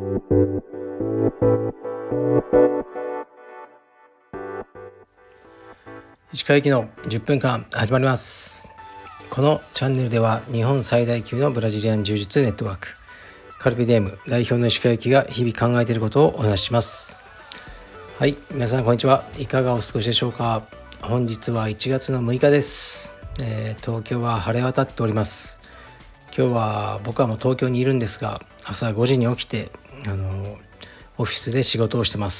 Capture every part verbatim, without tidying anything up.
石川行きのじゅっぷんかん始まります。このチャンネルでは日本最大級のブラジリアン柔術ネットワークカルビディエム代表の石川行きが日々考えていることをお話しします。はい、皆さんこんにちは。いかがお過ごしでしょうか。本日はいちがつのむいかです。えー、東京は晴れ渡っております。今日は僕はもう東京にいるんですが、朝ごじに起きてあのオフィスで仕事をしてます。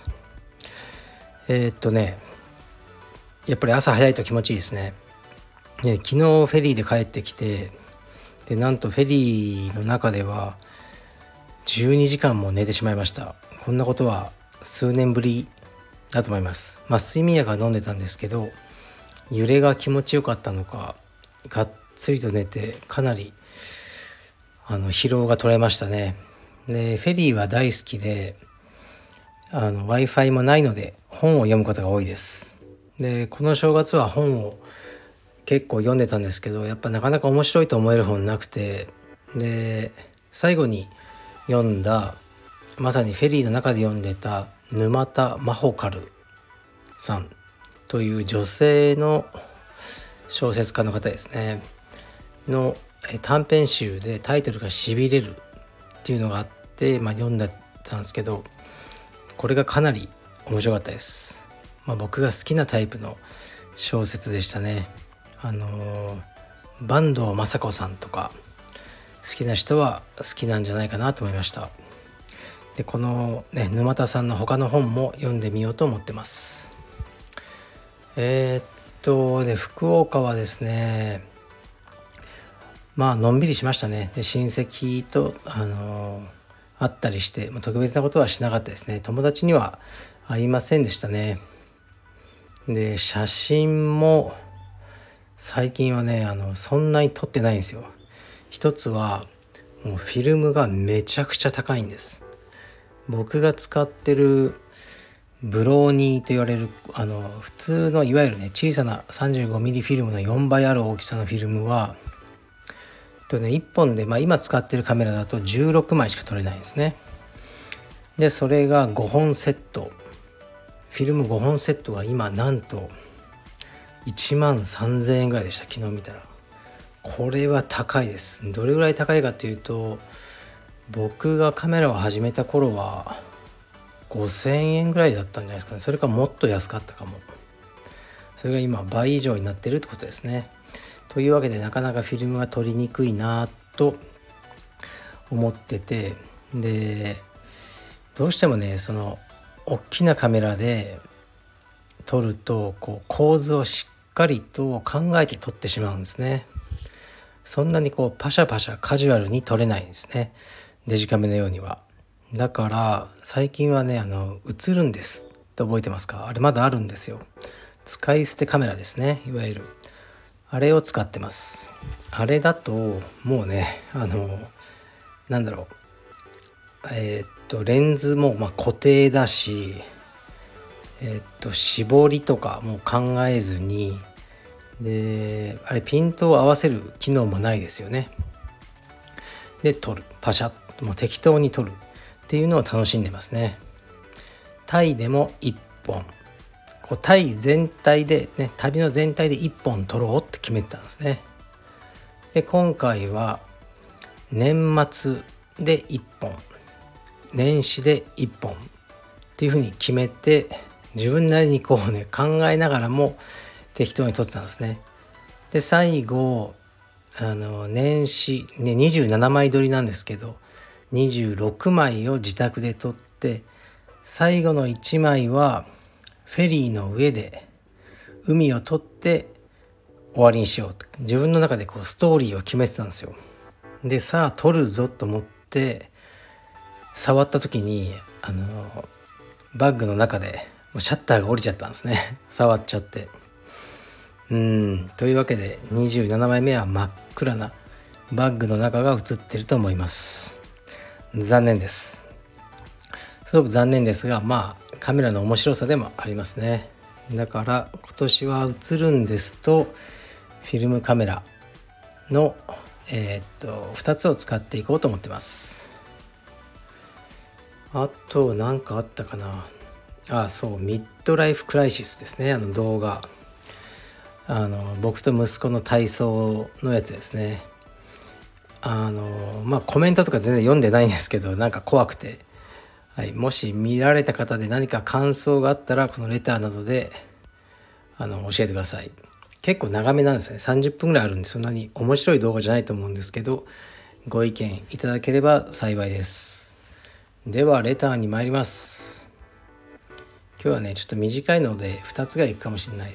えー、っとねやっぱり朝早いと気持ちいいですね。で昨日フェリーで帰ってきて、でなんとフェリーの中ではじゅうにじかんも寝てしまいました。こんなことは数年ぶりだと思います。まあ睡眠薬は飲んでたんですけど、揺れが気持ちよかったのかがっつりと寝て、かなりあの疲労が取れましたね。でフェリーは大好きで、あの Wi-Fi もないので本を読むことが多いです。でこの正月は本を結構読んでたんですけど、やっぱなかなか面白いと思える本なくて、で最後に読んだ、まさにフェリーの中で読んでた沼田真帆カルさんという女性の小説家の方ですねの短編集で、タイトルがしびれるっていうのがあって、まあ、読んでたんですけど、これがかなり面白かったです。まあ、僕が好きなタイプの小説でしたね。あのー、坂東雅子さんとか好きな人は好きなんじゃないかなと思いました。でこの、ね、沼田さんの他の本も読んでみようと思ってます。えー、っとで福岡はですね、まあのんびりしましたね。で親戚とあのー、会ったりして、まあ、特別なことはしなかったですね。友達には会いませんでしたね。で写真も最近はねあのそんなに撮ってないんですよ。一つはもうフィルムがめちゃくちゃ高いんです。僕が使ってるブローニーと言われるあの普通のいわゆるね小さな さんじゅうごミリ フィルムのよんばいある大きさのフィルムはと、ね、いっぽんで、まあ、今使ってるカメラだとじゅうろくまいしか撮れないんですね。でそれがごほんセット、フィルムごほんセットが今なんといちまんさんぜんえんぐらいでした。昨日見たら。これは高いです。どれぐらい高いかというと、僕がカメラを始めた頃はごせんえんぐらいだったんじゃないですかね。それかもっと安かったかも。それが今倍以上になってるってことですね。というわけでなかなかフィルムが撮りにくいなと思ってて、でどうしてもねその大きなカメラで撮るとこう構図をしっかりと考えて撮ってしまうんですね。そんなにこうパシャパシャカジュアルに撮れないんですね、デジカメのようには。だから最近はねあの映るんですって覚えてますか？あれまだあるんですよ。使い捨てカメラですね、いわゆるあれを使ってます。あれだともうねあのなんだろうえー、っとレンズもまあ固定だし、えー、っと絞りとかも考えずに、であれピントを合わせる機能もないですよね。で撮る、パシャッもう適当に撮るっていうのを楽しんでますね。タイでもいっぽん、こうタイ全体でね、旅の全体でいっぽん撮ろうって決めてたんですね。で今回は年末でいっぽん、年始でいっぽんっていうふうに決めて、自分なりにこうね考えながらも適当に撮ってたんですね。で最後あの年始、ね、にじゅうななまい撮りなんですけどにじゅうろくまいを自宅で撮って、最後のいちまいはフェリーの上で海を撮って終わりにしようと自分の中でこうストーリーを決めてたんですよ。でさあ撮るぞと思って触った時にあのバッグの中でシャッターが降りちゃったんですね触っちゃって。うーんというわけでにじゅうななまいめは真っ暗なバッグの中が映ってると思います。残念です。すごく残念ですが、まあカメラの面白さでもありますね。だから今年は映るんですとフィルムカメラの、えー、っとふたつを使っていこうと思ってます。 あと何かあったかな。あ、そうミッドライフクライシスですね。あの動画、あの僕と息子の体操のやつですね。あのまあコメントとか全然読んでないんですけど、なんか怖くて、はい、もし見られた方で何か感想があったらこのレターなどであの教えてください。結構長めなんですよね。さんじゅっぷんぐらいあるんで、そんなに面白い動画じゃないと思うんですけど、ご意見いただければ幸いです。ではレターに参ります。今日はねちょっと短いのでふたつがいくかもしれないです。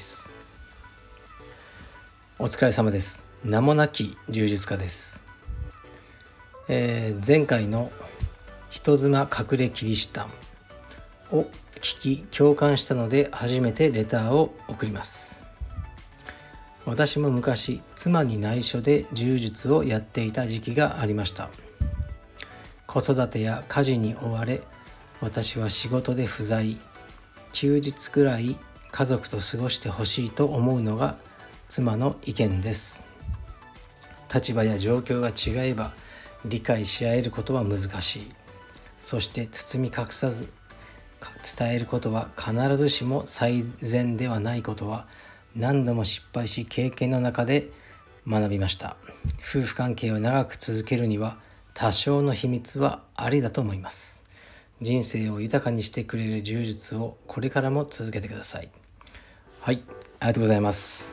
お疲れ様です。名もなき柔術家です。えー、前回の人妻隠れキリシタンを聞き共感したので初めてレターを送ります。私も昔妻に内緒で柔術をやっていた時期がありました。子育てや家事に追われ、私は仕事で不在、休日くらい家族と過ごしてほしいと思うのが妻の意見です。立場や状況が違えば理解し合えることは難しい。そして包み隠さず伝えることは必ずしも最善ではないことは何度も失敗し経験の中で学びました。夫婦関係を長く続けるには多少の秘密はありだと思います。人生を豊かにしてくれる柔術をこれからも続けてください。はい、ありがとうございます。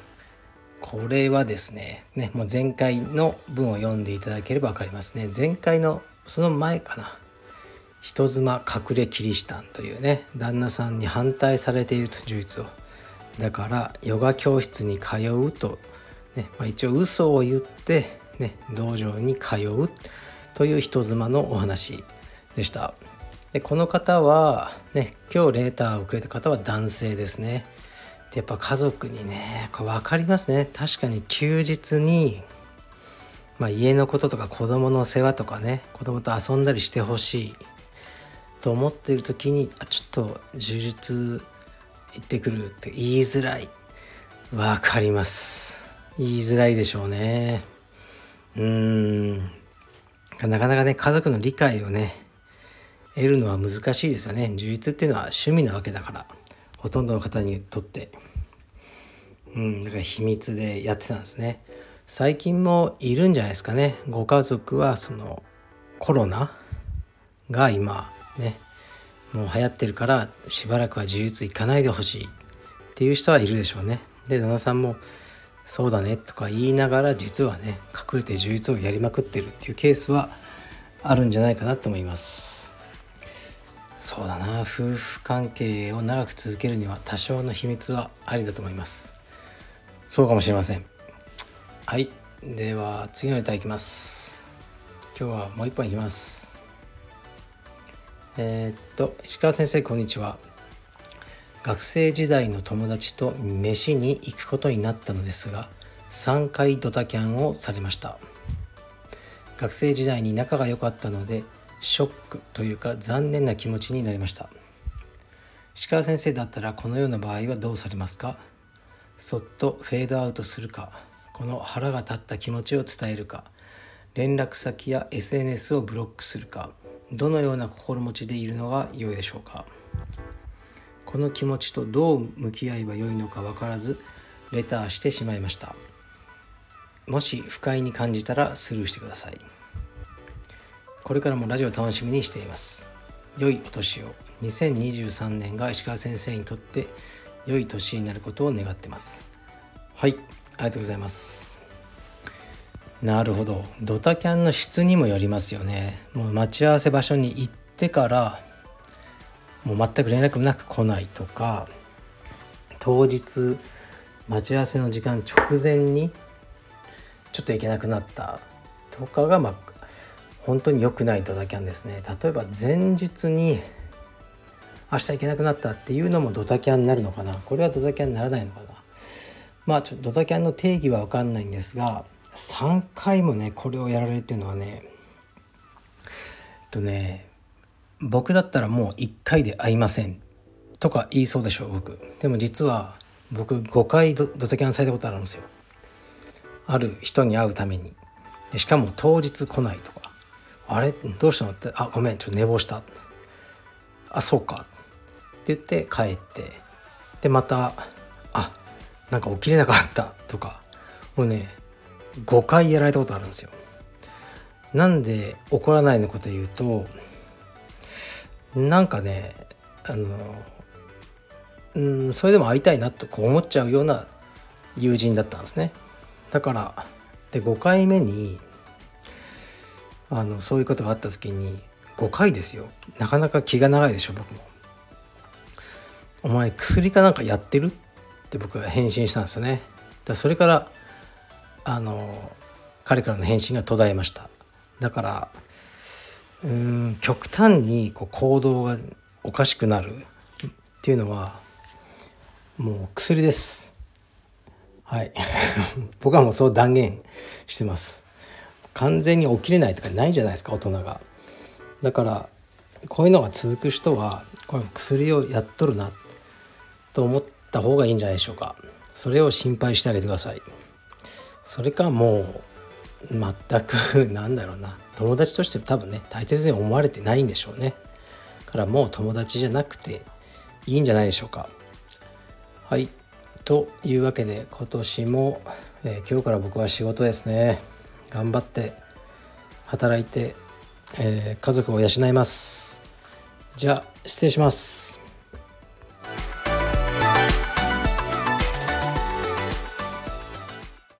これはですね、ねもう前回の文を読んでいただければ分かりますね。前回のその前かな。人妻隠れキリシタンというね、旦那さんに反対されていると柔術を。だからヨガ教室に通うと、ねまあ、一応嘘を言って、ね、道場に通うという人妻のお話でした。でこの方はね、今日レーターをくれた方は男性ですね。でやっぱ家族にねこれ分かりますね。確かに休日に、まあ、家のこととか子供の世話とかね、子供と遊んだりしてほしいと思っている時にあちょっと柔術行ってくるって言いづらい。分かります。言いづらいでしょうね。うーんなかなかね家族の理解をね得るのは難しいですよね。柔術っていうのは趣味なわけだから、ほとんどの方にとってうんだから秘密でやってたんですね。最近もいるんじゃないですかね。ご家族はそのコロナが今ねもう流行ってるからしばらくは柔術行かないでほしいっていう人はいるでしょうね。で旦那さんもそうだねとか言いながら実はね隠れて柔術をやりまくってるっていうケースはあるんじゃないかなと思います。そうだな、夫婦関係を長く続けるには多少の秘密はありだと思います。そうかもしれません。はい、では次のレターいきます。今日はもう一本いきます。えー、っと石川先生こんにちは。学生時代の友達と飯に行くことになったのですがさんかいドタキャンをされました。学生時代に仲が良かったのでショックというか残念な気持ちになりました。石川先生だったらこのような場合はどうされますか？そっとフェードアウトするか、この腹が立った気持ちを伝えるか、連絡先や エスエヌエス をブロックするか、どのような心持ちでいるのが良いでしょうか？この気持ちとどう向き合えばよいのか分からずレターしてしまいました。もし不快に感じたらスルーしてください。これからもラジオ楽しみにしています。良いお年を。にせんにじゅうさんねんが石川先生にとって良い年になることを願ってます。はい、ありがとうございます。なるほど、ドタキャンの質にもよりますよね。もう待ち合わせ場所に行ってからもう全く連絡なく来ないとか、当日待ち合わせの時間直前にちょっと行けなくなったとかがまあ本当に良くないドタキャンですね。例えば前日に明日行けなくなったっていうのもドタキャンになるのかな。これはドタキャンにならないのかな。まあちょっとドタキャンの定義は分かんないんですが、さんかいもねこれをやられるっていうのはねえっとね僕だったらもういっかいで会いませんとか言いそうでしょ僕。でも実は僕ごかい ド, ドタキャンされたことあるんですよ。ある人に会うために。でしかも当日来ないとか、あれどうしたのって、あごめんちょっと寝坊した、 あそうかって言って帰って、でまたあなんか起きれなかったとか、もうねごかいやられたことあるんですよ。なんで怒らないのかというと、なんかねあのうんそれでも会いたいなとこう思っちゃうような友人だったんですね。だからでごかいめにあのそういうことがあった時に、ごかいですよ、なかなか気が長いでしょ。僕もお前薬かなんかやってるって僕は返信したんですよね。だそれからあの彼からの返信が途絶えました。だからうーん極端にこう行動がおかしくなるっていうのはもう薬です。はい僕はもうそう断言してます。完全に起きれないとかないじゃないですか、大人が。だからこういうのが続く人はこれ薬をやっとるなと思った方がいいんじゃないでしょうか。それを心配してあげてください。それかもう全くなんだろうな、友達として多分ね大切に思われてないんでしょうね。からもう友達じゃなくていいんじゃないでしょうか。はい、というわけで今年も、えー、今日から僕は仕事ですね。頑張って働いて、えー、家族を養います。じゃあ失礼します。